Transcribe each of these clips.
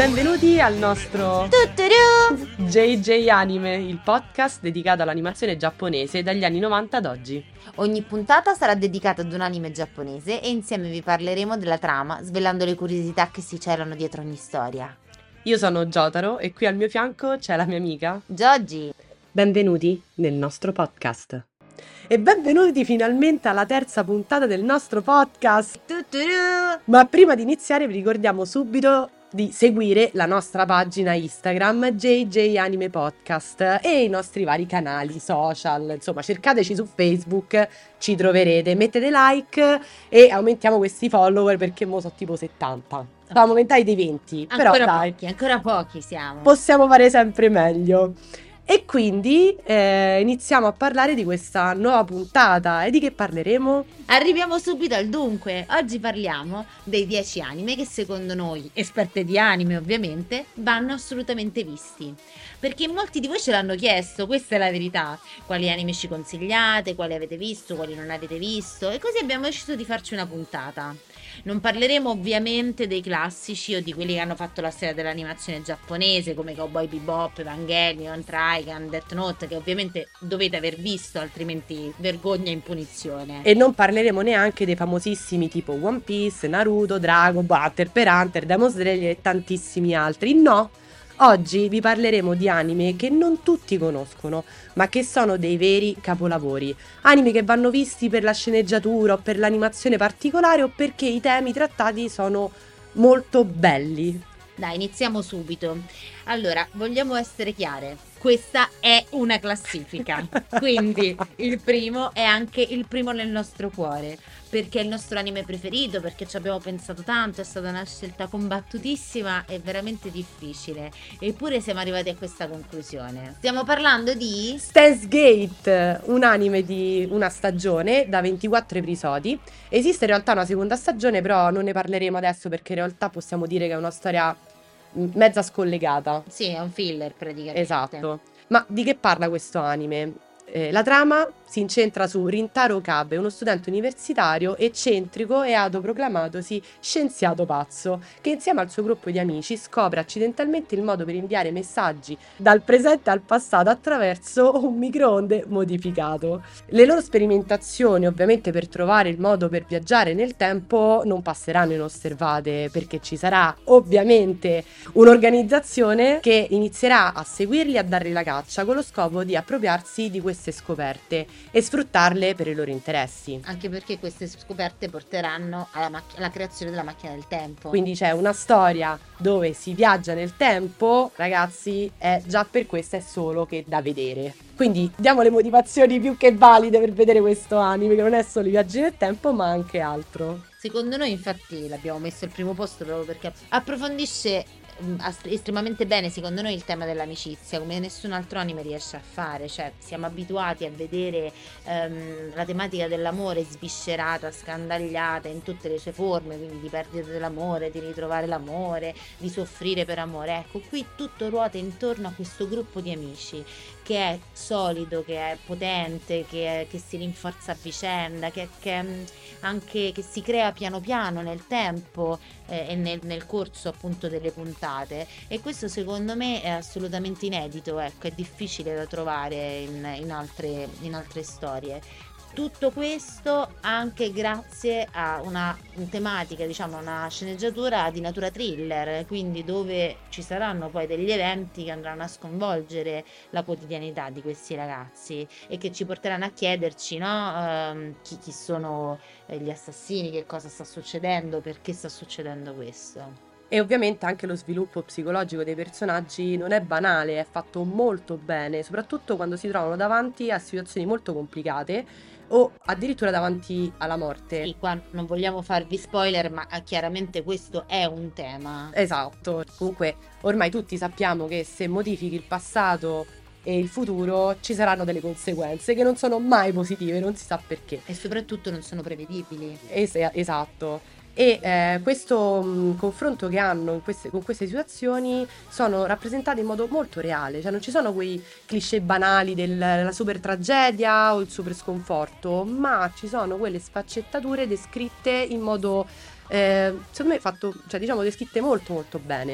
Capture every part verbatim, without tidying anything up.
Benvenuti al nostro Tutturù! J J Anime, il podcast dedicato all'animazione giapponese dagli anni novanta ad oggi. Ogni puntata sarà dedicata ad un anime giapponese e insieme vi parleremo della trama, svelando le curiosità che si celano dietro ogni storia. Io sono Jotaro e qui al mio fianco c'è la mia amica Joji! Benvenuti nel nostro podcast. E benvenuti finalmente alla terza puntata del nostro podcast. Tutturù! Ma prima di iniziare vi ricordiamo subito di seguire la nostra pagina Instagram J J Anime Podcast e i nostri vari canali social. Insomma, cercateci su Facebook, ci troverete, mettete like e aumentiamo questi follower perché mo sono tipo settanta. Stavamo aumentare dei venti, Ancora però dai, pochi, ancora pochi siamo. possiamo fare sempre meglio. E quindi eh, iniziamo a parlare di questa nuova puntata. E di che parleremo? Arriviamo subito al dunque. Oggi parliamo dei dieci anime che secondo noi, esperte di anime ovviamente, vanno assolutamente visti. Perché molti di voi ce l'hanno chiesto, questa è la verità. Quali anime ci consigliate, quali avete visto, quali non avete visto. E così abbiamo deciso di farci una puntata. Non parleremo ovviamente dei classici o di quelli che hanno fatto la storia dell'animazione giapponese come Cowboy Bebop, Evangelion, Trigun, Death Note, che ovviamente dovete aver visto, altrimenti vergogna in punizione. E non parleremo neanche dei famosissimi tipo One Piece, Naruto, Dragon Ball, Hunter x Hunter, Demon Slayer e tantissimi altri. No! Oggi vi parleremo di anime che non tutti conoscono, ma che sono dei veri capolavori. Anime che vanno visti per la sceneggiatura o per l'animazione particolare o perché i temi trattati sono molto belli. Dai, iniziamo subito. Allora, vogliamo essere chiare. Questa è una classifica, quindi il primo è anche il primo nel nostro cuore, perché è il nostro anime preferito, perché ci abbiamo pensato tanto, è stata una scelta combattutissima e veramente difficile, eppure siamo arrivati a questa conclusione. Stiamo parlando di Steins Gate, un anime di una stagione da ventiquattro episodi. Esiste in realtà una seconda stagione, però non ne parleremo adesso perché in realtà possiamo dire che è una storia mezza scollegata. Sì, è un filler praticamente. Esatto. Ma di che parla questo anime? Eh, la trama si incentra su Rintaro Okabe, uno studente universitario eccentrico e autoproclamatosi scienziato pazzo, che insieme al suo gruppo di amici scopre accidentalmente il modo per inviare messaggi dal presente al passato attraverso un microonde modificato. Le loro sperimentazioni, ovviamente per trovare il modo per viaggiare nel tempo, non passeranno inosservate, perché ci sarà ovviamente un'organizzazione che inizierà a seguirli e a dargli la caccia con lo scopo di appropriarsi di queste scoperte e sfruttarle per i loro interessi. Anche perché queste scoperte porteranno alla, macch- alla creazione della macchina del tempo. Quindi c'è una storia dove si viaggia nel tempo, ragazzi, è già per questo è solo che da vedere. Quindi diamo le motivazioni più che valide per vedere questo anime, che non è solo i viaggi nel tempo ma anche altro. Secondo noi infatti l'abbiamo messo al primo posto proprio perché approfondisce mh, ast- estremamente bene secondo noi il tema dell'amicizia, come nessun altro anime riesce a fare. Cioè siamo abituati a vedere ehm, la tematica dell'amore sviscerata, scandagliata in tutte le sue forme, quindi di perdita dell'amore, di ritrovare l'amore, di soffrire per amore. Ecco, qui tutto ruota intorno a questo gruppo di amici che è solido, che è potente, che, è- che si rinforza a vicenda, che, che, mh, anche che si crea piano piano nel tempo eh, e nel, nel corso appunto delle puntate. E questo secondo me è assolutamente inedito, ecco, è difficile da trovare in, in altre, in altre storie. Tutto questo anche grazie a una tematica, diciamo, una sceneggiatura di natura thriller, quindi dove ci saranno poi degli eventi che andranno a sconvolgere la quotidianità di questi ragazzi e che ci porteranno a chiederci, no, ehm, chi, chi sono eh, gli assassini, che cosa sta succedendo, perché sta succedendo questo. E ovviamente anche lo sviluppo psicologico dei personaggi non è banale, è fatto molto bene, soprattutto quando si trovano davanti a situazioni molto complicate o addirittura davanti alla morte. Sì, qua non vogliamo farvi spoiler, ma eh, chiaramente questo è un tema. Esatto. Comunque ormai tutti sappiamo che se modifichi il passato e il futuro ci saranno delle conseguenze che non sono mai positive, non si sa perché. E soprattutto non sono prevedibili. Es- esatto. E eh, questo mh, confronto che hanno in queste, con queste situazioni sono rappresentate in modo molto reale, cioè non ci sono quei cliché banali della super tragedia o il super sconforto, ma ci sono quelle sfaccettature descritte in modo, eh, secondo me fatto, cioè diciamo descritte molto molto bene.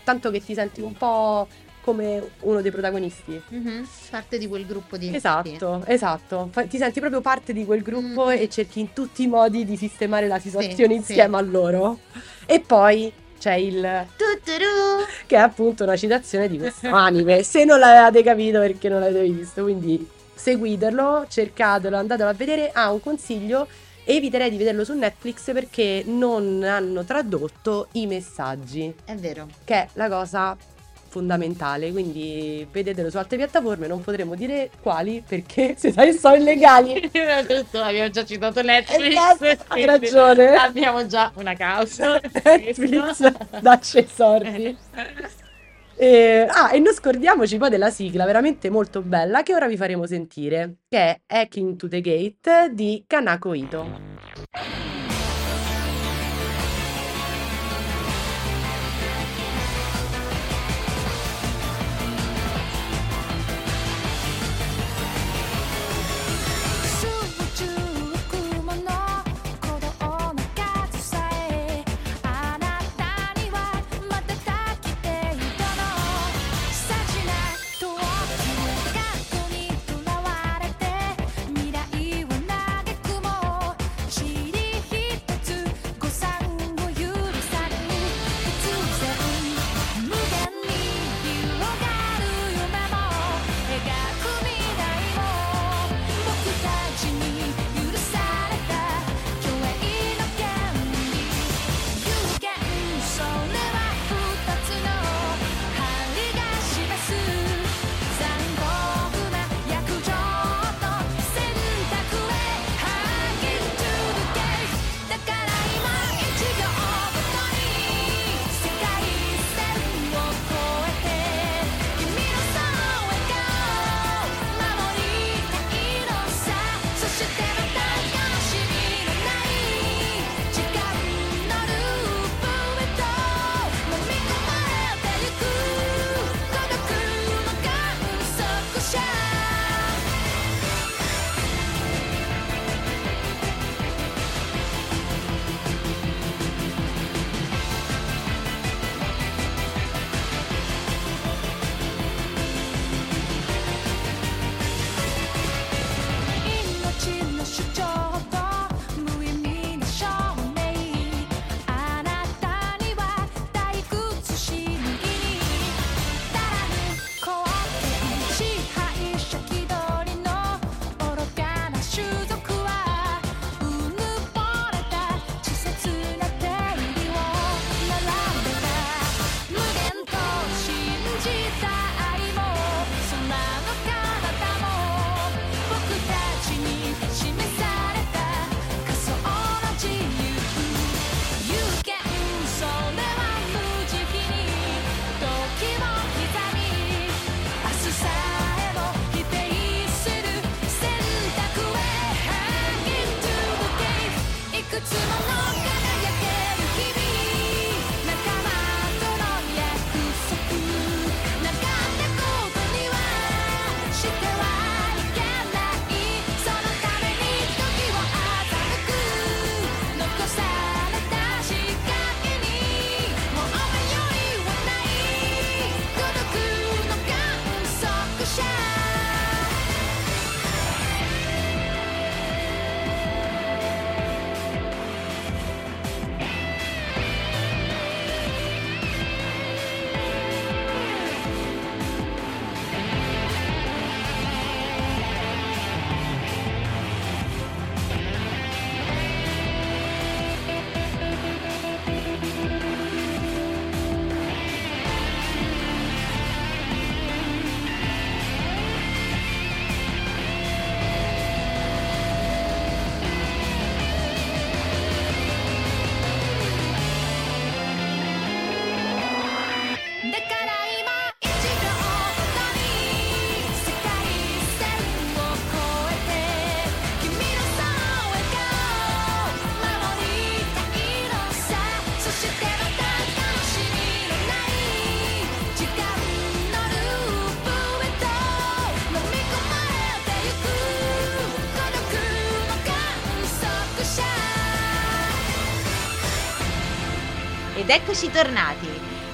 tanto che ti senti un po' come uno dei protagonisti. Mhm, parte di quel gruppo di Esatto, esatto. Fa- ti senti proprio parte di quel gruppo Mm. e cerchi in tutti i modi di sistemare la situazione sì. insieme a loro. E poi c'è il... Tuturu. che è appunto una citazione di questo anime. Se non l'avevate capito, perché non l'avete visto, quindi seguitelo, cercatelo, andatelo a vedere. Ha un consiglio: eviterei di vederlo su Netflix perché non hanno tradotto i messaggi, È vero. che è la cosa fondamentale. Quindi vedetelo su altre piattaforme, non potremo dire quali perché se sai sono illegali. Abbiamo già citato Netflix. Esatto, hai quindi ragione. Abbiamo già una causa. Netflix dacci i sordi. E, ah, e non scordiamoci poi della sigla veramente molto bella che ora vi faremo sentire, che è Hacking to the Gate di Kanako Ito. 数十億もの鼓動の数さえあなたにはまたたきていたのさちな時を過去にとらわれて未来を嘆くも塵一つ誤算を許さぬ突然無限に広がる夢も描く未来も僕たちに許された虚栄の権利有限それは二つの針が示す残酷な約定と選択へ Hanging to the gate だから今一秒ごとに世界線を越えて君のその笑顔守りたいのさそしてまた悲しみのない時間のループへと飲み込まれてゆく孤独の観測者命の主張と無意味な証明あなたには退屈し麦に足らぬ皇帝支配者気取りの愚かな種族はうぬぼれた稚拙な定理を並べた無限と信じた愛も空の彼方も僕たちに示された仮想の自由有限それは無慈悲に時を刻み明日さえも否定する選択へ Hanging to the gate いくつもの輝ける日々仲間との約束なんかってことにはしてはいけないそのために時を欺く残された仕掛けにもう迷いはない孤独の観測者だから今一秒ごとに世界線を越えて君のその笑顔守りたいのさそしてまた楽しみのない時間のループへと飲み込まれてゆく孤独の観測者 Ed eccoci tornati.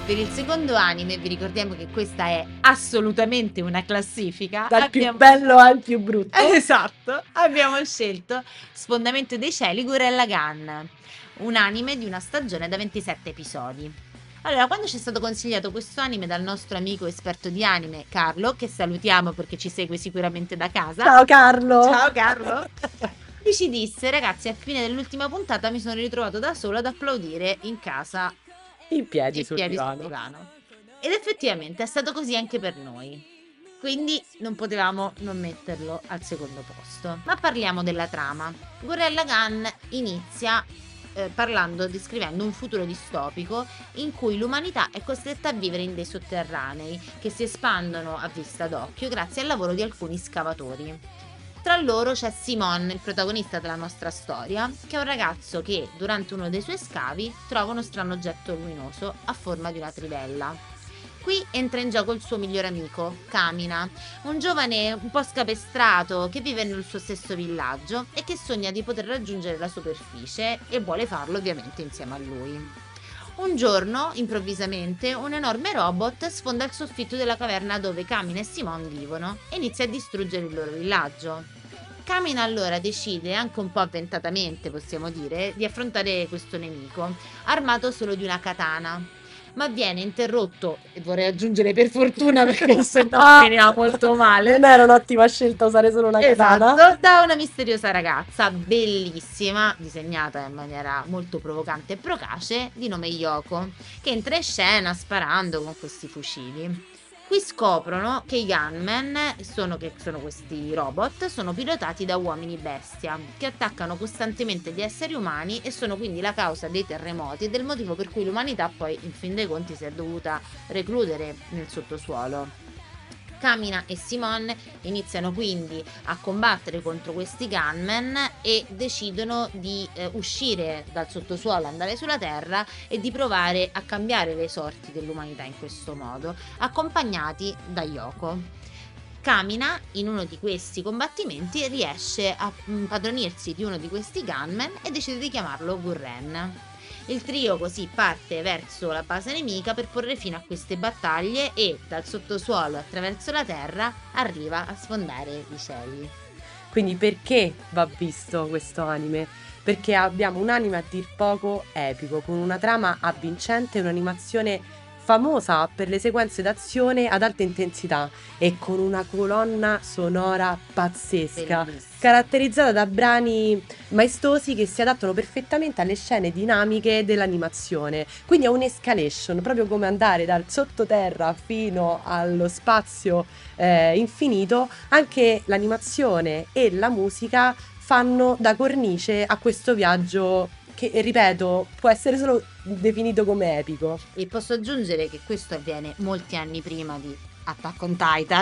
Per il secondo anime, vi ricordiamo che questa è assolutamente una classifica. Dal più abbiamo- bello al più brutto. Esatto, abbiamo scelto Sfondamento dei cieli, Gurren Lagann, un anime di una stagione da ventisette episodi. Allora, quando ci è stato consigliato questo anime dal nostro amico esperto di anime, Carlo, che salutiamo perché ci segue sicuramente da casa. Ciao Carlo. Ciao Carlo. Lui ci disse: ragazzi, a fine dell'ultima puntata mi sono ritrovato da solo ad applaudire in casa In piedi in sul piedi divano. sul divano. Ed effettivamente è stato così anche per noi. Quindi non potevamo non metterlo al secondo posto. Ma parliamo della trama. Gurren Lagann inizia eh, parlando, descrivendo un futuro distopico in cui l'umanità è costretta a vivere in dei sotterranei che si espandono a vista d'occhio grazie al lavoro di alcuni scavatori. Tra loro c'è Simon, il protagonista della nostra storia, che è un ragazzo che durante uno dei suoi scavi trova uno strano oggetto luminoso a forma di una trivella. Qui entra in gioco il suo migliore amico, Kamina, un giovane un po' scapestrato che vive nel suo stesso villaggio e che sogna di poter raggiungere la superficie e vuole farlo ovviamente insieme a lui. Un giorno, improvvisamente, un enorme robot sfonda il soffitto della caverna dove Kamina e Simon vivono e inizia a distruggere il loro villaggio. Kamina allora decide, anche un po' avventatamente possiamo dire, di affrontare questo nemico, armato solo di una katana. Ma viene interrotto, e vorrei aggiungere per fortuna perché se no finiva molto male. Non era un'ottima scelta usare solo una katana. Esatto, da una misteriosa ragazza bellissima, disegnata in maniera molto provocante e procace, di nome Yoko, che entra in scena sparando con questi fucili. Qui scoprono che i gunmen, sono, che sono questi robot, sono pilotati da uomini bestia, che attaccano costantemente gli esseri umani e sono quindi la causa dei terremoti e del motivo per cui l'umanità poi, in fin dei conti, si è dovuta recludere nel sottosuolo. Kamina e Simon iniziano quindi a combattere contro questi gunmen e decidono di eh, uscire dal sottosuolo, andare sulla terra e di provare a cambiare le sorti dell'umanità in questo modo, accompagnati da Yoko. Kamina, in uno di questi combattimenti, riesce a impadronirsi di uno di questi gunmen e decide di chiamarlo Gurren. Il trio così parte verso la base nemica per porre fine a queste battaglie e dal sottosuolo attraverso la terra arriva a sfondare i cieli. Quindi perché va visto questo anime? Perché abbiamo un anime a dir poco epico, con una trama avvincente e un'animazione famosa per le sequenze d'azione ad alta intensità e con una colonna sonora pazzesca, Bellissimo. caratterizzata da brani maestosi che si adattano perfettamente alle scene dinamiche dell'animazione. Quindi è un'escalation, proprio come andare dal sottoterra fino allo spazio eh, infinito. Anche l'animazione e la musica fanno da cornice a questo viaggio che, ripeto, può essere solo definito come epico. E posso aggiungere che questo avviene molti anni prima di Attack on Titan.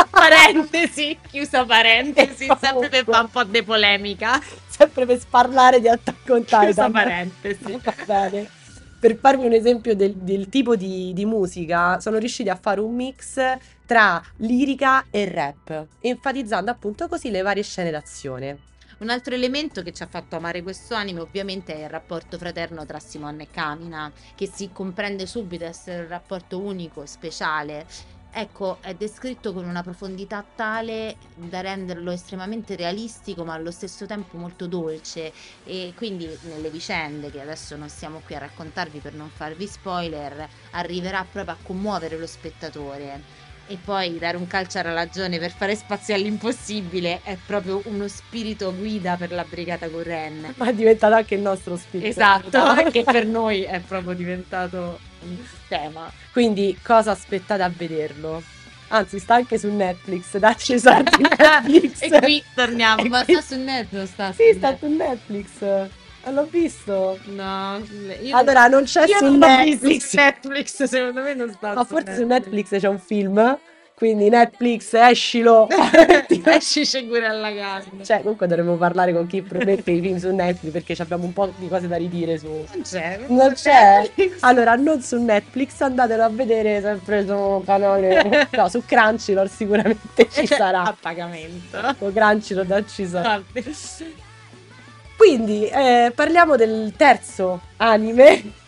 Parentesi, chiusa parentesi, E sempre comunque- per fare un po' di polemica. Sempre per parlare di Attack on Chiusa Titan. parentesi. Va bene. Per farvi un esempio del, del tipo di, di musica, sono riusciti a fare un mix tra lirica e rap, enfatizzando appunto così le varie scene d'azione. Un altro elemento che ci ha fatto amare questo anime ovviamente è il rapporto fraterno tra Simon e Kamina, che si comprende subito essere un rapporto unico, speciale. Ecco, è descritto con una profondità tale da renderlo estremamente realistico, ma allo stesso tempo molto dolce. E quindi nelle vicende, che adesso non stiamo qui a raccontarvi per non farvi spoiler, arriverà proprio a commuovere lo spettatore. E poi dare un calcio alla ragione per fare spazio all'impossibile è proprio uno spirito guida per la brigata Gurren. Ma è diventato anche il nostro spirito. Esatto, che per noi è proprio diventato un tema. Quindi cosa aspettate a vederlo? Anzi, sta anche su Netflix, dacci i soldi Netflix. E qui torniamo. E Ma qui- sta su Netflix? Sta Sì, sta su Netflix. Eh, L'ho visto. No, io Allora, non c'è io su non l'ho visto Netflix. su Netflix, secondo me non sta Ma su forse su Netflix c'è un film, quindi Netflix, escilo. Esci c'è alla Lagann. Cioè, comunque dovremmo parlare con chi promette i film su Netflix, perché abbiamo un po' di cose da ridire su... Non c'è. Non c'è? Netflix. Allora, non su Netflix, andatelo a vedere sempre su canale... No, su Crunchyroll sicuramente ci A sarà. pagamento. Con Crunchyroll dacci so. Guardi. Quindi, eh, parliamo del terzo anime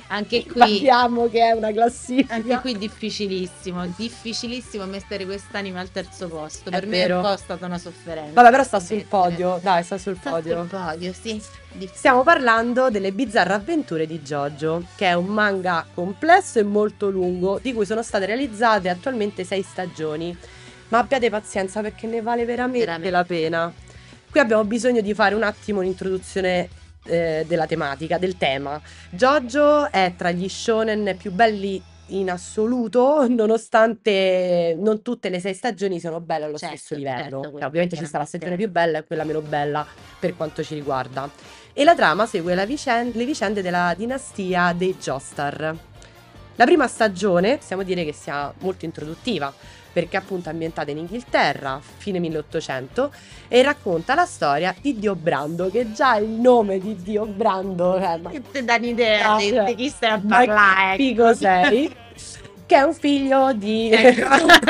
Anche qui, Sappiamo che è una classifica. anche qui difficilissimo, difficilissimo mettere quest'anime al terzo posto. È Per me vero. è un po' stata una sofferenza. Vabbè, però sta sul Mettere. podio. Dai, sta sul Sta podio. sul podio, sì. Di- Stiamo parlando delle bizzarre avventure di JoJo, che è un manga complesso e molto lungo, di cui sono state realizzate attualmente sei stagioni. Ma abbiate pazienza perché ne vale veramente, Veramente. la pena. Qui abbiamo bisogno di fare un attimo un'introduzione eh, della tematica, del tema. JoJo è tra gli shonen più belli in assoluto, nonostante non tutte le sei stagioni siano belle allo Certo, stesso livello. certo, Cioè, questo ovviamente ci sta la chiaramente. stagione più bella e quella meno bella per quanto ci riguarda. E la trama segue la vicen- le vicende della dinastia dei Joestar. La prima stagione, possiamo dire che sia molto introduttiva, perché è appunto ambientata in Inghilterra, fine milleottocento, e racconta la storia di Dio Brando, che già il nome di Dio Brando, eh, ma Che ti dà un'idea Ah, di, cioè, di chi stai a ma parlare. che ecco. figo sei, che è un figlio di Ecco.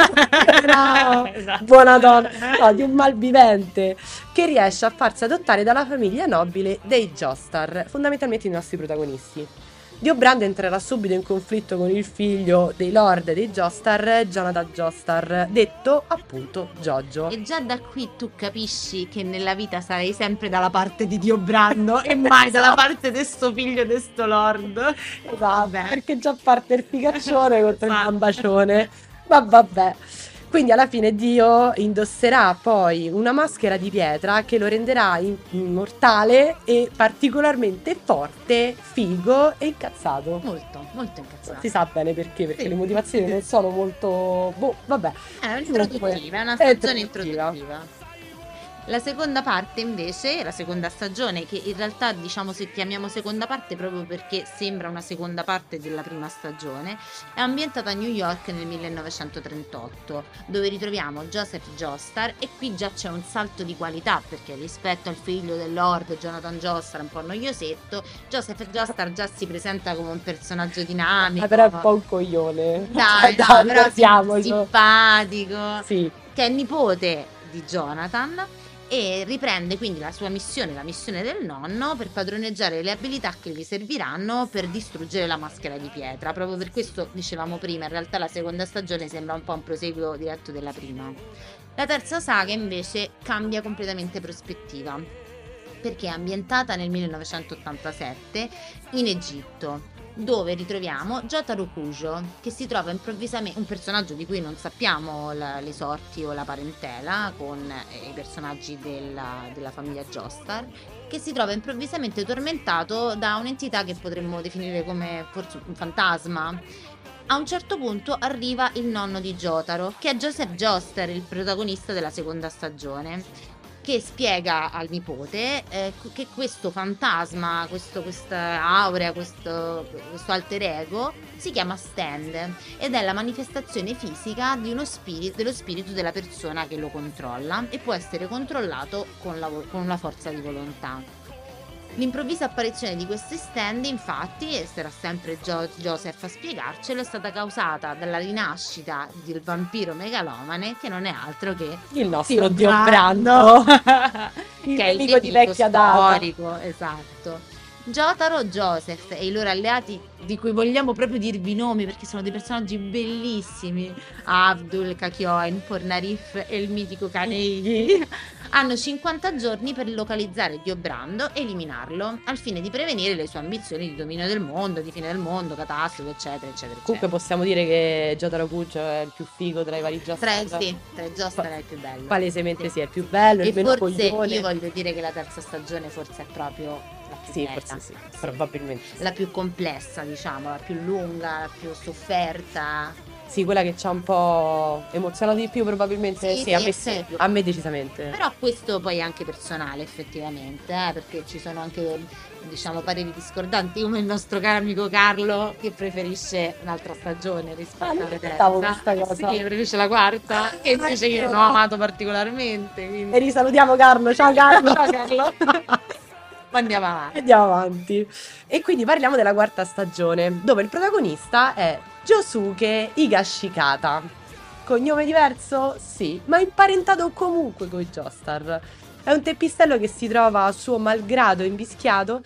no, Esatto. buona donna, no, di un malvivente che riesce a farsi adottare dalla famiglia nobile dei Joestar, fondamentalmente i nostri protagonisti. Dio Brando entrerà subito in conflitto con il figlio dei lord dei Joestar, Jonathan Joestar, detto appunto Jojo. E già da qui tu capisci che nella vita sarai sempre dalla parte di Dio Brando e mai dalla parte di sto figlio di sto lord. Esatto, Vabbè. perché già parte il picaccione contro il Esatto. bambacione. Ma vabbè. Quindi alla fine Dio indosserà poi una maschera di pietra che lo renderà in- immortale e particolarmente forte, figo e incazzato. Molto, molto incazzato. Si sa bene perché, perché Sì. le motivazioni non sono molto... Boh, vabbè. È Comunque, introduttiva, è una è stagione introduttiva. introduttiva. La seconda parte invece, la seconda stagione, che in realtà diciamo se chiamiamo seconda parte proprio perché sembra una seconda parte della prima stagione, è ambientata a New York nel millenovecentotrentotto, dove ritroviamo Joseph Joestar e qui già c'è un salto di qualità perché rispetto al figlio del Lord, Jonathan Joestar, un po' noiosetto, Joseph Joestar già si presenta come un personaggio dinamico. Ah, però è un po' un coglione. Dai, Cioè, no, però sim- siamocelo. simpatico, Sì. che è nipote di Jonathan e riprende quindi la sua missione, la missione del nonno, per padroneggiare le abilità che gli serviranno per distruggere la maschera di pietra. Proprio per questo dicevamo prima, in realtà la seconda stagione sembra un po' un proseguo diretto della prima. La terza saga invece cambia completamente prospettiva, perché è ambientata nel millenovecentottantasette in Egitto, dove ritroviamo Jotaro Kujo, che si trova improvvisamente, un personaggio di cui non sappiamo la- le sorti o la parentela con eh, i personaggi della, della famiglia Joestar, che si trova improvvisamente tormentato da un'entità che potremmo definire come forse un fantasma. A un certo punto arriva il nonno di Jotaro, che è Joseph Joestar, il protagonista della seconda stagione, che spiega al nipote eh, che questo fantasma, questo, questa aurea, questo, questo alter ego si chiama Stand ed è la manifestazione fisica di uno spirito, dello spirito della persona che lo controlla e può essere controllato con la, vo- con la forza di volontà. L'improvvisa apparizione di questi stand, infatti, e sarà sempre Gio- Joseph a spiegarcelo, è stata causata dalla rinascita del vampiro megalomane, che non è altro che Il nostro Dio Dio Brando. Brando. Il che è il nemico di nemico vecchia data. storico, esatto. Jotaro, Joseph e i loro alleati, di cui vogliamo proprio dirvi i nomi perché sono dei personaggi bellissimi, Abdul, Kakyoin, Pornarif e il mitico Kanegi, hanno cinquanta giorni per localizzare Dio Brando e eliminarlo, al fine di prevenire le sue ambizioni di dominio del mondo, di fine del mondo, catastrofe, eccetera, eccetera, Comunque eccetera. possiamo dire che Jotaro Kujo è il più figo tra i vari Tre, Joestar. sì, tre Joestar è il più bello. Palesemente Sì. sì, è il più bello, E il meno forse coglione. io voglio dire che la terza stagione forse è proprio la più Sì, bella. forse sì, probabilmente sì. La più complessa, diciamo, la più lunga, la più sofferta. Sì, quella che ci ha un po' emozionato di più probabilmente. Sì, Sì, a sì, me sì. sì, a me decisamente. Però questo poi è anche personale, effettivamente, eh, perché ci sono anche, diciamo, pareri discordanti, come il nostro caro amico Carlo, che preferisce un'altra stagione rispetto Ah, non alla aspettavo terza. questa cosa. Sì, preferisce la quarta, che invece io non ho amato particolarmente. Quindi... E risalutiamo Carlo, ciao Carlo. Ciao, Carlo. Ma andiamo avanti. Andiamo avanti. E quindi parliamo della quarta stagione, dove il protagonista è Josuke Higashikata. Cognome diverso? Sì, ma imparentato comunque con i Joestar. È un teppistello che si trova a suo malgrado invischiato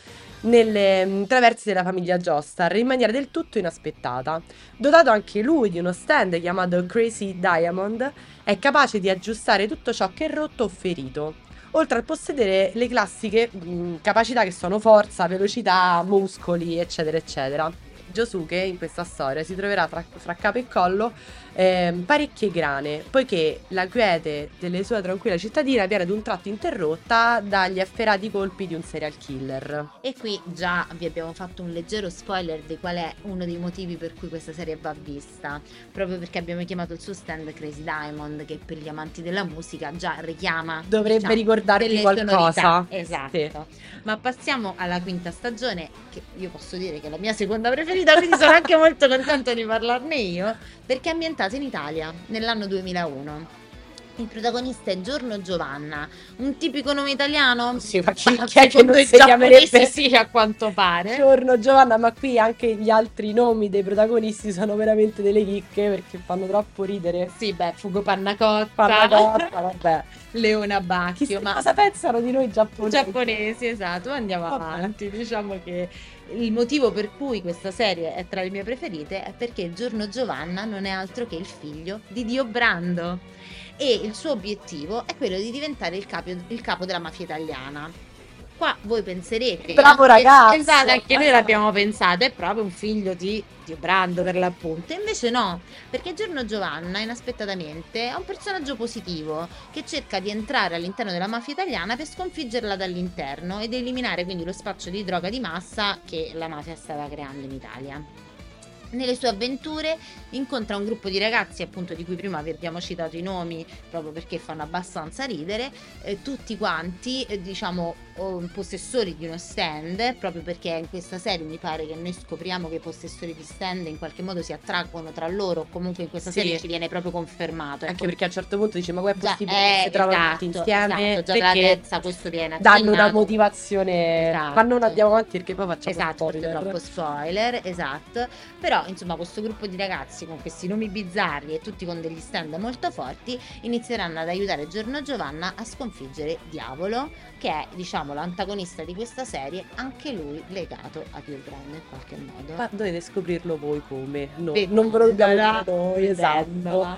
nelle mh, traverse della famiglia Joestar in maniera del tutto inaspettata. Dotato anche lui di uno stand chiamato Crazy Diamond, è capace di aggiustare tutto ciò che è rotto o ferito, oltre a possedere le classiche mh, capacità che sono forza, velocità, muscoli, eccetera, eccetera. Josuke in questa storia si troverà tra, fra capo e collo ehm, parecchie grane, poiché la quiete delle sue tranquilla cittadina viene ad un tratto interrotta dagli efferati colpi di un serial killer. E qui già vi abbiamo fatto un leggero spoiler di qual è uno dei motivi per cui questa serie va vista, proprio perché abbiamo chiamato il suo stand Crazy Diamond, che per gli amanti della musica già richiama, Dovrebbe diciamo, ricordarvi delle qualcosa. sonorità. Esatto. Sì. Ma passiamo alla quinta stagione, che io posso dire che è la mia seconda preferita, quindi sono anche molto contenta di parlarne io, perché è ambientata in Italia nell'anno duemilauno. Il protagonista è Giorno Giovanna, un tipico nome italiano? Sì, ma chi, Ma chi è che secondo non i si chiamerebbe giapponesi sì, a quanto pare. Giorno Giovanna? Ma qui anche gli altri nomi dei protagonisti sono veramente delle chicche perché fanno troppo ridere. Sì, beh, Fugo Pannacotta, Pannacotta, vabbè. Leona Bacchio, Chissà ma cosa pensano di noi giapponesi. giapponesi, esatto. Andiamo Vabbè. avanti. Diciamo che il motivo per cui questa serie è tra le mie preferite è perché Giorno Giovanna non è altro che il figlio di Dio Brando e il suo obiettivo è quello di diventare il capo, il capo della mafia italiana. Qua voi penserete, Bravo anche- ragazzo! esatto, anche noi l'abbiamo pensato, è proprio un figlio di Dio Brando per l'appunto. Invece no, perché Giorno Giovanna inaspettatamente è un personaggio positivo che cerca di entrare all'interno della mafia italiana per sconfiggerla dall'interno ed eliminare quindi lo spaccio di droga di massa che la mafia stava creando in Italia. Nelle sue avventure incontra un gruppo di ragazzi, appunto, di cui prima vi abbiamo citato i nomi proprio perché fanno abbastanza ridere, eh, tutti quanti, eh, diciamo, oh, possessori di uno stand, proprio perché in questa serie mi pare che noi scopriamo che i possessori di stand in qualche modo si attraggono tra loro, comunque in questa Sì. serie ci viene proprio confermato. Anche ecco. perché a un certo punto dice ma come è Già, possibile eh, che si trovano esatto, tutti insieme? esatto, già dalla Perché terza questo viene danno una accennato. motivazione. Esatto. Ma non andiamo avanti perché poi facciamo Esatto, perché spoiler. troppo spoiler, esatto. Però, insomma, questo gruppo di ragazzi con questi nomi bizzarri e tutti con degli stand molto forti inizieranno ad aiutare Giorno Giovanna a sconfiggere Diavolo, che è, diciamo, l'antagonista di questa serie, anche lui legato a Dio Brando in qualche modo. Ma dovete scoprirlo voi come. No, Vedi, non ve lo dobbiamo sarà dire noi, esatto.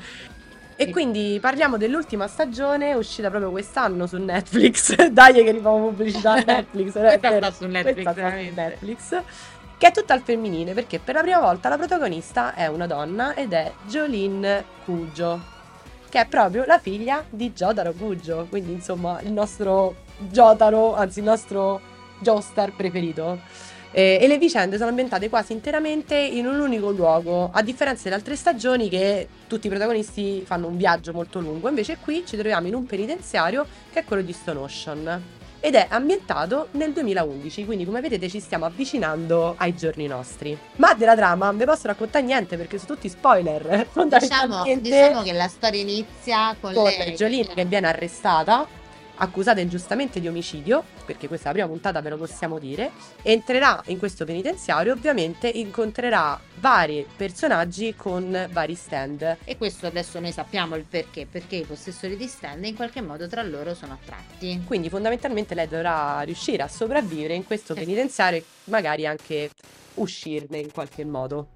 E quindi parliamo dell'ultima stagione uscita proprio quest'anno su Netflix. Dai che rifamo pubblicità a Netflix. non è Questa vero. sta su Netflix, Questa sta su veramente. Netflix. Che è tutta al femminile perché per la prima volta la protagonista è una donna ed è Jolene Cuggio, che è proprio la figlia di Jotaro Kujo, quindi insomma il nostro Jotaro, anzi il nostro Joestar preferito. Eh, e le vicende sono ambientate quasi interamente in un unico luogo, a differenza delle altre stagioni che tutti i protagonisti fanno un viaggio molto lungo, invece qui ci troviamo in un penitenziario che è quello di Stone Ocean ed è ambientato nel duemilaundici, quindi come vedete ci stiamo avvicinando ai giorni nostri. Ma della trama non vi posso raccontare niente perché sono tutti spoiler. Diciamo, Fondamentalmente diciamo che la storia inizia con, con lei Jolene che viene arrestata, accusata ingiustamente di omicidio, perché questa è la prima puntata, ve lo possiamo dire, entrerà in questo penitenziario, ovviamente incontrerà vari personaggi con vari stand. E questo adesso noi sappiamo il perché, perché i possessori di stand in qualche modo tra loro sono attratti. Quindi fondamentalmente lei dovrà riuscire a sopravvivere in questo Sì. penitenziario e magari anche uscirne in qualche modo.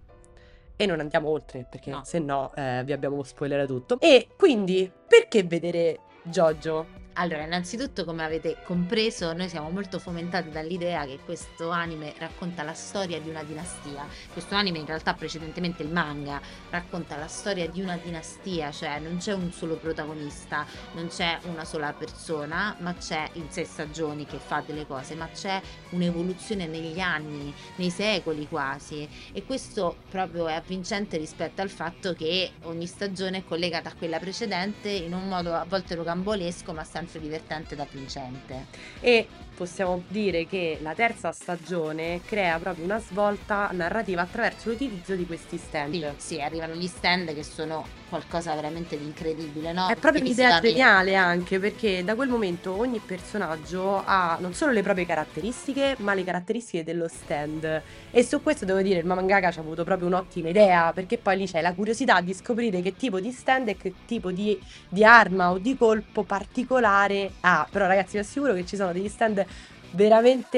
E non andiamo oltre perché No. se no eh, vi abbiamo spoilerato tutto. E quindi perché vedere Jojo? Allora, innanzitutto, come avete compreso, noi siamo molto fomentati dall'idea che questo anime racconta la storia di una dinastia. Questo anime, in realtà, precedentemente il manga, racconta la storia di una dinastia, cioè non c'è un solo protagonista, non c'è una sola persona, ma c'è in sei stagioni che fa delle cose, ma c'è un'evoluzione negli anni, nei secoli quasi. E questo proprio è avvincente rispetto al fatto che ogni stagione è collegata a quella precedente in un modo a volte rocambolesco, ma sempre divertente ed avvincente. E possiamo dire che la terza stagione crea proprio una svolta narrativa attraverso l'utilizzo di questi stand. Sì, sì, arrivano gli stand che sono qualcosa veramente di incredibile, no? È proprio Perché un'idea si parla- geniale anche perché da quel momento ogni personaggio ha non solo le proprie caratteristiche ma le caratteristiche dello stand e su questo devo dire il mangaka ci ha avuto proprio un'ottima idea perché poi lì c'è la curiosità di scoprire che tipo di stand e che tipo di, di arma o di colpo particolare ha. Però ragazzi vi assicuro che ci sono degli stand veramente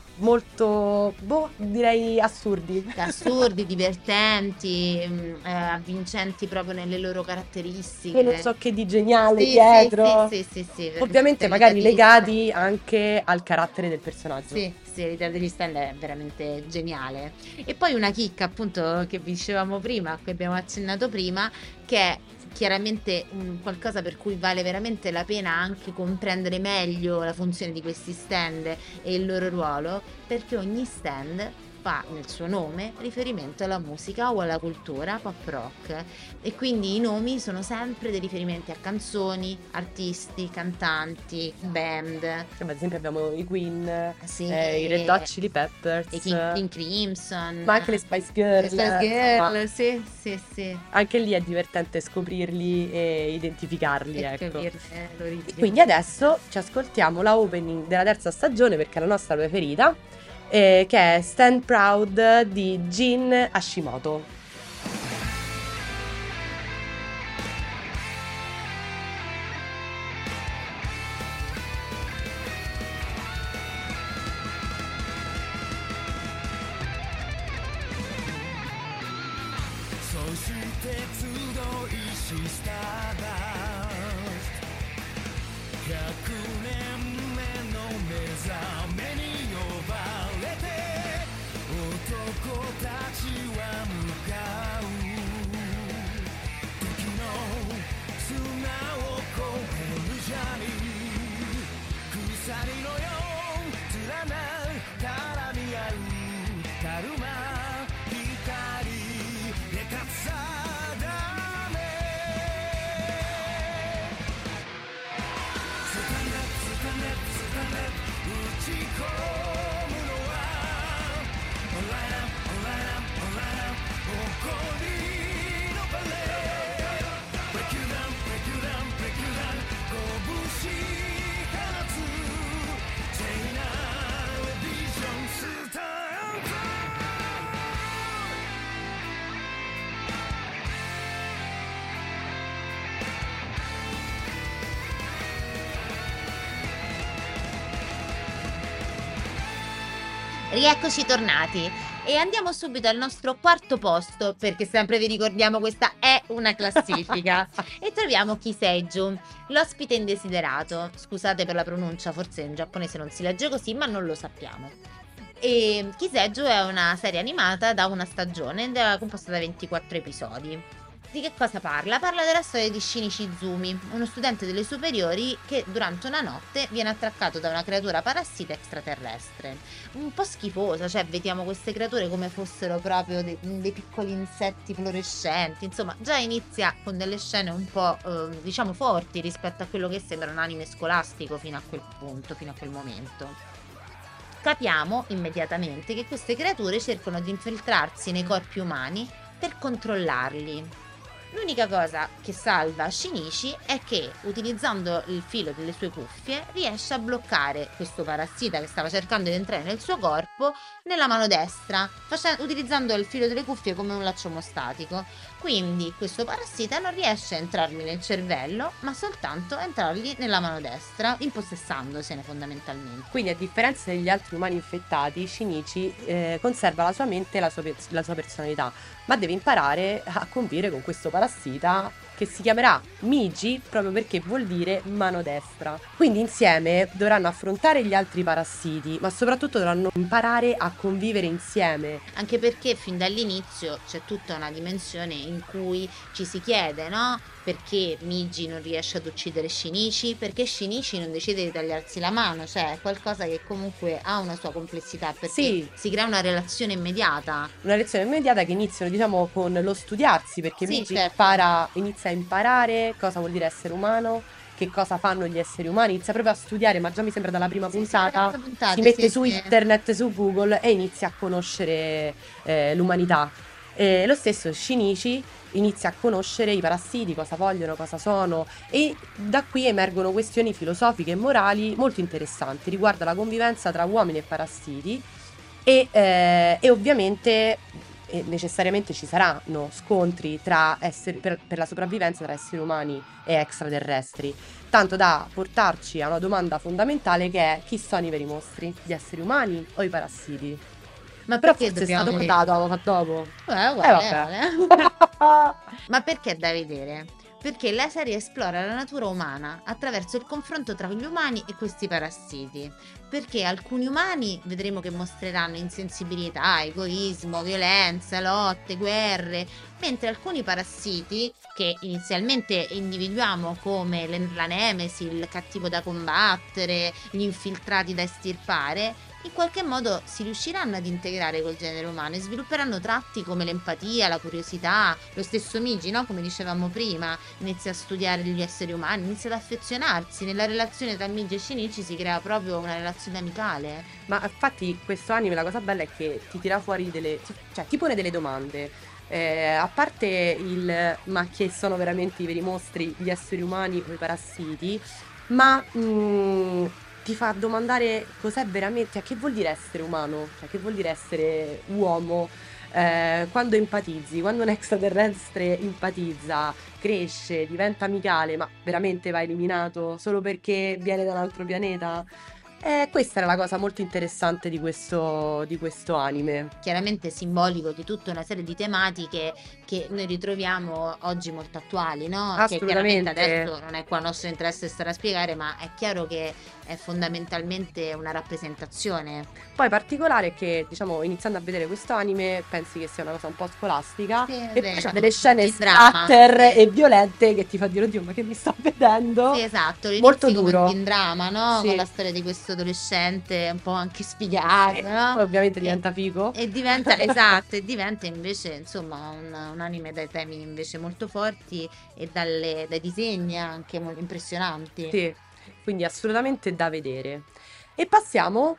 molto, boh, direi assurdi. Assurdi, divertenti, mh, eh, avvincenti proprio nelle loro caratteristiche. Che non so che di geniale Sì, sì, dietro. sì, sì, sì, sì, veramente Ovviamente magari l'idea legati anche al carattere del personaggio. Sì, sì, l'idea degli stand è veramente geniale. E poi una chicca, appunto, che vi dicevamo prima, a cui abbiamo accennato prima, che è chiaramente un qualcosa per cui vale veramente la pena anche comprendere meglio la funzione di questi stand e il loro ruolo, perché ogni stand fa nel suo nome riferimento alla musica o alla cultura pop rock, e quindi i nomi sono sempre dei riferimenti a canzoni, artisti, cantanti, band. Cioè, ad esempio abbiamo i Queen, Sì, eh, i Red Hot Chili Peppers, i King, King Crimson, ma anche le Spice Girl. le Spice Girl, Ma sì, sì, sì. anche lì è divertente scoprirli e identificarli, E ecco. capirne l'origine. Quindi adesso ci ascoltiamo la opening della terza stagione, perché è la nostra preferita, eh, che è Stand Proud di Jin Hashimoto. そして集いしスターダストひゃくねんめの目覚めに呼ばれて男たちは向かう時の砂を越えるジャーニー鎖のよう連なる絡み合うだるま光でかさだめスタンダップスタンダップスタンダップ打ち込むのはオンライナオンライナオンライナ誇りのバレー Break you down break you down break you down 拳放つ聖なるビジョンスタンド Rieccoci tornati e andiamo subito al nostro quarto posto, perché sempre vi ricordiamo questa è una classifica e troviamo Kiseiju, l'ospite indesiderato. Scusate per la pronuncia, forse in giapponese non si legge così, ma non lo sappiamo. E Kiseiju è una serie animata da una stagione ed è composta da ventiquattro episodi. Di che cosa parla? Parla della storia di Shinichi Izumi, uno studente delle superiori che durante una notte viene attraccato da una creatura parassita extraterrestre. Un po' schifosa, cioè vediamo queste creature come fossero proprio dei, dei piccoli insetti fluorescenti, insomma già inizia con delle scene un po' eh, diciamo forti rispetto a quello che sembra un anime scolastico fino a quel punto, fino a quel momento. Capiamo immediatamente che queste creature cercano di infiltrarsi nei corpi umani per controllarli. L'unica cosa che salva Shinichi è che, utilizzando il filo delle sue cuffie, riesce a bloccare questo parassita che stava cercando di entrare nel suo corpo nella mano destra, face- utilizzando il filo delle cuffie come un laccio emostatico. Quindi questo parassita non riesce a entrargli nel cervello, ma soltanto a entrargli nella mano destra, impossessandosene fondamentalmente. Quindi, a differenza degli altri umani infettati, Shinichi eh, conserva la sua mente e la sua, pe- la sua personalità, ma deve imparare a convivere con questo parassita che si chiamerà Migi proprio perché vuol dire mano destra. Quindi insieme dovranno affrontare gli altri parassiti, ma soprattutto dovranno imparare a convivere insieme. Anche perché fin dall'inizio c'è tutta una dimensione in cui ci si chiede, no? Perché Migi non riesce ad uccidere Shinichi? Perché Shinichi non decide di tagliarsi la mano? Cioè è qualcosa che comunque ha una sua complessità, perché Sì. si crea una relazione immediata. Una lezione immediata che iniziano, diciamo, con lo studiarsi, perché Sì, Migi certo. impara, inizia a imparare cosa vuol dire essere umano, che cosa fanno gli esseri umani, inizia proprio a studiare, ma già mi sembra dalla prima Sì, puntata. sì, puntate, Si mette sì, su sì. internet, su Google e inizia a conoscere eh, l'umanità. E lo stesso Shinichi inizia a conoscere i parassiti, cosa vogliono, cosa sono, e da qui emergono questioni filosofiche e morali molto interessanti riguardo alla convivenza tra uomini e parassiti e, eh, e ovviamente e necessariamente ci saranno scontri tra esseri, per, per la sopravvivenza tra esseri umani e extraterrestri, tanto da portarci a una domanda fondamentale che è: chi sono i veri mostri? Gli esseri umani o i parassiti? Ma Però perché forse è dobbiamo stato vedere? portato, avevo fatto dopo. Eh, Eh uguale, vabbè. uguale. Ma perché è da vedere? Perché la serie esplora la natura umana attraverso il confronto tra gli umani e questi parassiti. Perché alcuni umani vedremo che mostreranno insensibilità, egoismo, violenza, lotte, guerre, mentre alcuni parassiti, che inizialmente individuiamo come le- la nemesi, il cattivo da combattere, gli infiltrati da estirpare, in qualche modo si riusciranno ad integrare col genere umano e svilupperanno tratti come l'empatia, la curiosità. Lo stesso Migi, no? Come dicevamo prima, inizia a studiare gli esseri umani, inizia ad affezionarsi. Nella relazione tra Migi e Shinichi si crea proprio una relazione amicale. Ma infatti questo anime la cosa bella è che ti tira fuori delle, cioè ti pone delle domande. Eh, a parte il ma chi sono veramente i veri mostri, gli esseri umani o i parassiti, ma mm, ti fa domandare cos'è veramente, cioè, che vuol dire essere umano, cioè che vuol dire essere uomo. Eh, quando empatizzi, quando un extraterrestre empatizza, cresce, diventa amicale, ma veramente va eliminato solo perché viene da un altro pianeta? Eh, questa era la cosa molto interessante di questo, di questo anime. Chiaramente simbolico di tutta una serie di tematiche che noi ritroviamo oggi molto attuali, no? Che chiaramente Assolutamente. adesso non è qua nostro interesse stare a spiegare, ma è chiaro che è fondamentalmente una rappresentazione. Poi particolare è che, diciamo, iniziando a vedere questo anime, pensi che sia una cosa un po' scolastica, Sì, è e vero. poi c'ha delle scene Il dramma. splatter e violente che ti fa dire: oddio, ma che mi sto vedendo? Sì, esatto, Molto inizi come duro. in drama, no? Sì. Con la storia di questo adolescente un po' anche sfigato, Eh, no? Poi ovviamente E- diventa figo. E diventa, esatto, e diventa invece, insomma, un, un anime dai temi invece molto forti e dalle- dai disegni anche molto impressionanti. Sì, quindi assolutamente da vedere. E passiamo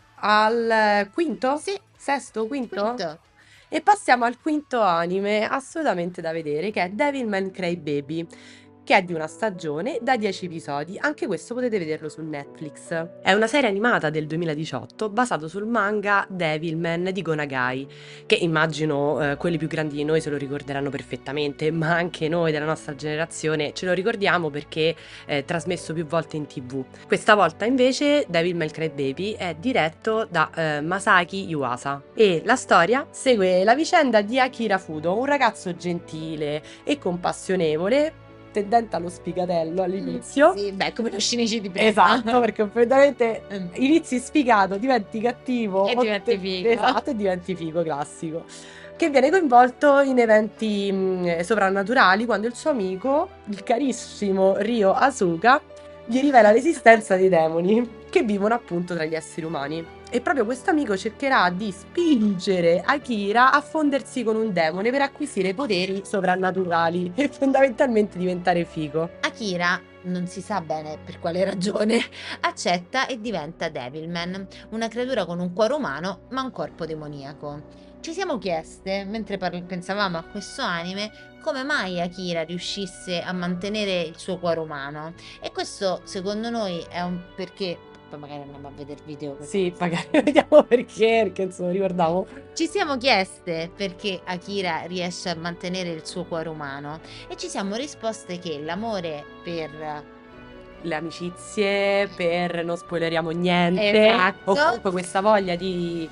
al quinto? Sì, Sesto, quinto? quinto. E passiamo al quinto anime assolutamente da vedere, che è Devilman Crybaby, che è di una stagione da dieci episodi. Anche questo potete vederlo su Netflix. È una serie animata del duemiladiciotto basato sul manga Devilman di Go Nagai, che immagino eh, quelli più grandi di noi se lo ricorderanno perfettamente, ma anche noi della nostra generazione ce lo ricordiamo perché è trasmesso più volte in tv. Questa volta invece Devilman Crybaby è diretto da eh, Masaki Yuasa e la storia segue la vicenda di Akira Fudo, un ragazzo gentile e compassionevole, tendente allo sfigatello all'inizio. Sì, beh, come lo Shinichi di prima. Esatto, perché ovviamente Mm. inizi sfigato, diventi cattivo E o diventi te- figo. Esatto, e diventi figo, classico. Che viene coinvolto in eventi mh, sovrannaturali quando il suo amico, il carissimo Ryo Asuka, gli rivela l'esistenza dei demoni che vivono appunto tra gli esseri umani. E proprio questo amico cercherà di spingere Akira a fondersi con un demone per acquisire poteri sovrannaturali e fondamentalmente diventare figo. Akira, non si sa bene per quale ragione, accetta e diventa Devilman, una creatura con un cuore umano ma un corpo demoniaco. Ci siamo chieste, mentre parl- pensavamo a questo anime, come mai Akira riuscisse a mantenere il suo cuore umano. E questo, secondo noi, è un perché. Poi magari andiamo a vedere il video. perché- Sì, magari vediamo perché, perché insomma ricordavo. Ci siamo chieste perché Akira riesce a mantenere il suo cuore umano e ci siamo risposte che l'amore per Le amicizie, per non spoileriamo niente, Esatto. o comunque questa voglia di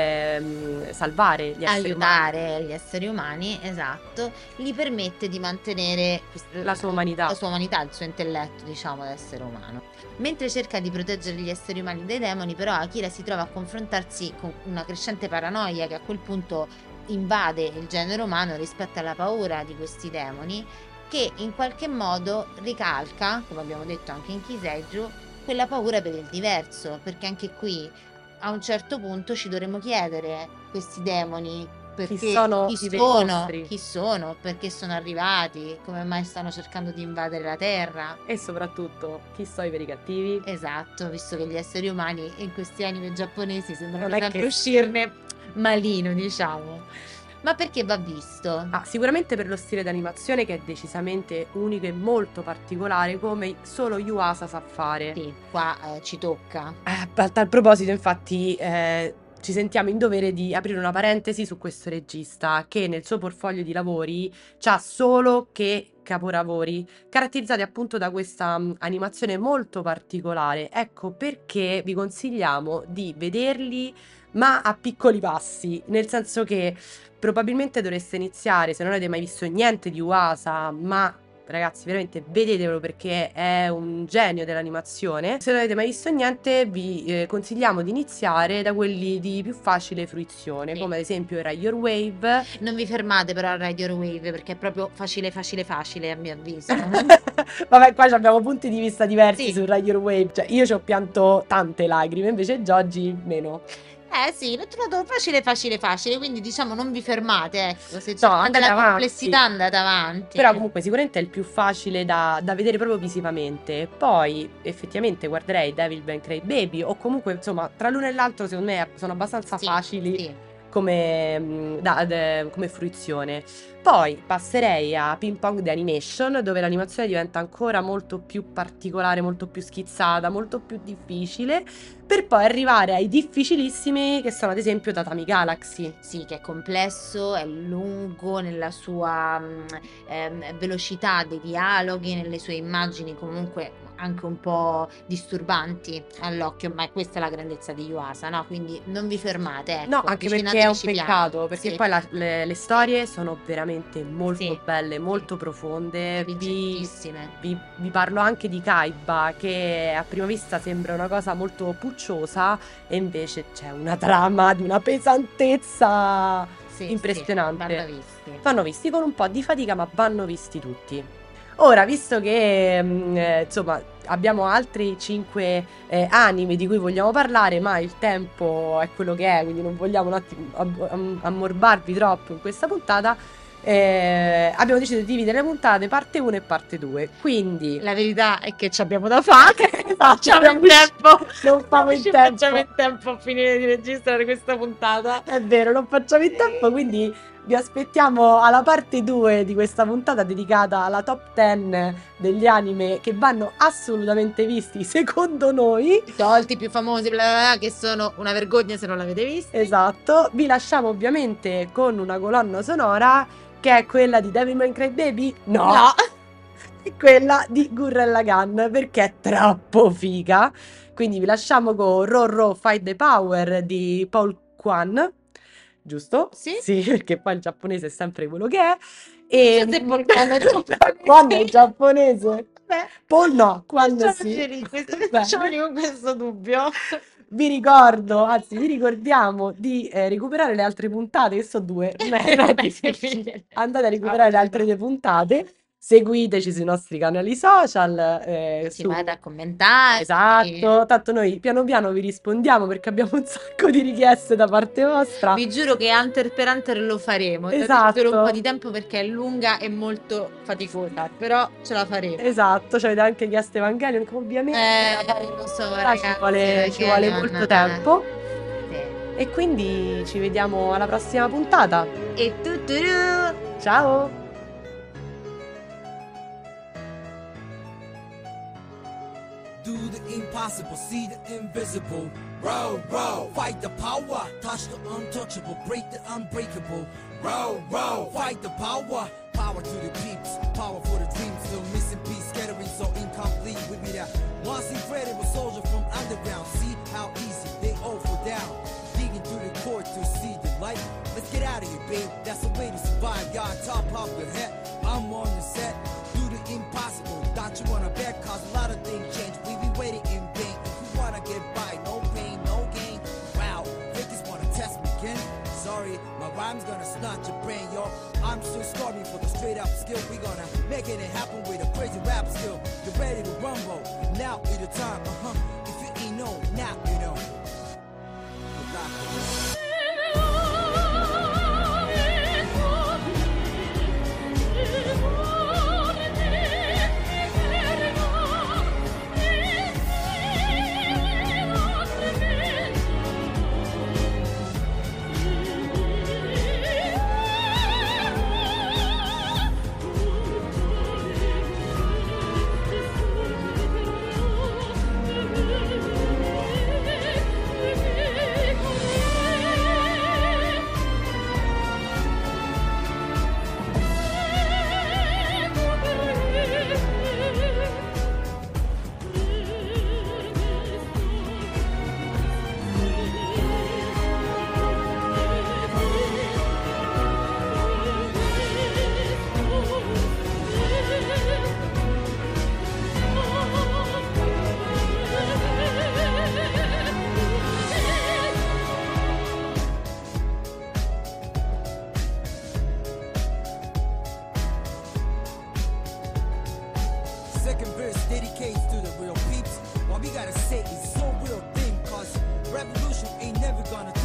ehm, salvare gli esseri umani, aiutare gli esseri umani, esatto, gli permette di mantenere quest- la sua umanità. la sua umanità, il suo intelletto, diciamo, da essere umano. Mentre cerca di proteggere gli esseri umani dai demoni, però Akira si trova a confrontarsi con una crescente paranoia che a quel punto invade il genere umano rispetto alla paura di questi demoni, che in qualche modo ricalca, come abbiamo detto anche in Kiseiju, quella paura per il diverso, perché anche qui a un certo punto ci dovremmo chiedere questi demoni perché Chi sono chi i veri sono, mostri? chi sono, perché sono arrivati, come mai stanno cercando di invadere la Terra. E soprattutto, chi sono i veri cattivi? Esatto, visto che gli esseri umani in questi anime giapponesi sembrano Non è sempre che- uscirne malino, diciamo. Ma perché va visto? Ah, sicuramente per lo stile d'animazione che è decisamente unico e molto particolare, come solo Yuasa sa fare. Sì, qua eh, ci tocca. Eh, a tal proposito, infatti, eh, ci sentiamo in dovere di aprire una parentesi su questo regista che nel suo portfolio di lavori c'ha solo che capolavori, caratterizzati appunto da questa mh, animazione molto particolare. Ecco perché vi consigliamo di vederli, ma a piccoli passi, nel senso che probabilmente dovreste iniziare, se non avete mai visto niente di Uasa, ma ragazzi veramente vedetelo perché è un genio dell'animazione. Se non avete mai visto niente vi eh, consigliamo di iniziare da quelli di più facile fruizione, Sì. come ad esempio Ride Your Wave. Non vi fermate però a Ride Your Wave perché è proprio facile, facile, facile a mio avviso. Vabbè, qua abbiamo punti di vista diversi Sì. su Ride Your Wave, cioè io ci ho pianto tante lacrime, invece Giogi meno. Eh sì, l'ho trovato facile, facile, facile, quindi diciamo non vi fermate, ecco, se No, c'è andate la avanti. complessità andate avanti. Però comunque sicuramente è il più facile da, da vedere proprio visivamente. Poi effettivamente guarderei Devil May Cry Baby, o comunque insomma tra l'uno e l'altro secondo me sono abbastanza Sì, facili sì. come, mm, da- de- come fruizione. Poi passerei a Ping Pong The Animation, dove l'animazione diventa ancora molto più particolare, molto più schizzata, molto più difficile, per poi arrivare ai difficilissimi che sono ad esempio Tatami Galaxy. Sì, che è complesso, è lungo nella sua mm, ehm, velocità dei dialoghi, nelle sue immagini comunque anche un po' disturbanti all'occhio, ma questa è la grandezza di Yuasa, no? Quindi non vi fermate, ecco, No, anche perché è un avvicinateci piano. peccato, perché Sì. poi la- le, le storie sono veramente molto Sì, belle, sì. molto profonde. Vi, Vincentissime. vi- vi parlo anche di Kaiba, che a prima vista sembra una cosa molto pucciosa, e invece c'è una trama di una pesantezza Sì, sì, impressionante. vanno visti. Vanno visti con un po' di fatica, ma vanno visti tutti. Ora, visto che mm, eh, insomma abbiamo altri cinque eh, anime di cui vogliamo parlare, ma il tempo è quello che è, quindi non vogliamo un attimo ab- am- ammorbarvi troppo in questa puntata, eh, abbiamo deciso di dividere le puntate parte uno e parte due. Quindi La verità è che ci abbiamo da fare. Esatto, Facciamo in abbiamo- tempo. non famo in Ci tempo. facciamo in tempo a finire di registrare questa puntata. È vero, non facciamo in tempo, quindi vi aspettiamo alla parte due di questa puntata dedicata alla top dieci degli anime che vanno assolutamente visti, secondo noi. Tolti i più famosi, bla bla bla, che sono una vergogna se non l'avete visto. Esatto, vi lasciamo ovviamente con una colonna sonora che è quella di Devil May Cry Baby. No, No. è quella di Gurren Lagann perché è troppo figa. Quindi vi lasciamo con Roro Fight the Power di Paul Kwan. Giusto? Sì. Sì, perché poi il giapponese è sempre quello che è. E Se Paul Kwan è giapponese. Kwan è giapponese. Beh, Paul no, Kwan sì. lasciamoli questo- Beh. lasciamoli con questo dubbio. Vi ricordo, anzi vi ricordiamo di eh, recuperare le altre puntate, che sono due, non è- non è difficile. Andate a recuperare le altre due puntate, seguiteci sui nostri canali social. eh, Si su- vada a commentare. Esatto, tanto noi piano piano vi rispondiamo perché abbiamo un sacco di richieste da parte vostra. Vi giuro che Hunter per Hunter lo faremo. Esatto. Dateci un po' di tempo perché è lunga e molto faticosa, però ce la faremo. Esatto, ci avete anche chiesto Evangelion, che ovviamente Eh, lo so, però ragazzi, ci vuole, ci vuole Evangelion, molto eh. tempo. Sì. E quindi ci vediamo alla prossima puntata. E tuturu! Ciao! Do the impossible, see the invisible. Row, row, fight the power, touch the untouchable, break the unbreakable. Row, row, fight the power, power to the peeps, power for the dreams. Still missing piece, scattering so incomplete. With me that once incredible soldier from underground. See how easy they all fall down. Digging through the core to see the light. Let's get out of here, babe. That's the way to survive. Y'all top of your head. I'm on the set. Do the impossible. Don't you wanna bet? Cause a lot of things change. We be waiting in vain. If you wanna get by, no pain, no gain. Wow, fakers wanna test me again. Sorry, my rhyme's gonna snatch your brain, yo. I'm still starving for the straight up skill. We gonna make it happen with a crazy rap skill. Get ready to rumble. Now is the time, uh huh. If you ain't know, now you know. Good luck. Thank you. so real thing, cause revolution ain't never gonna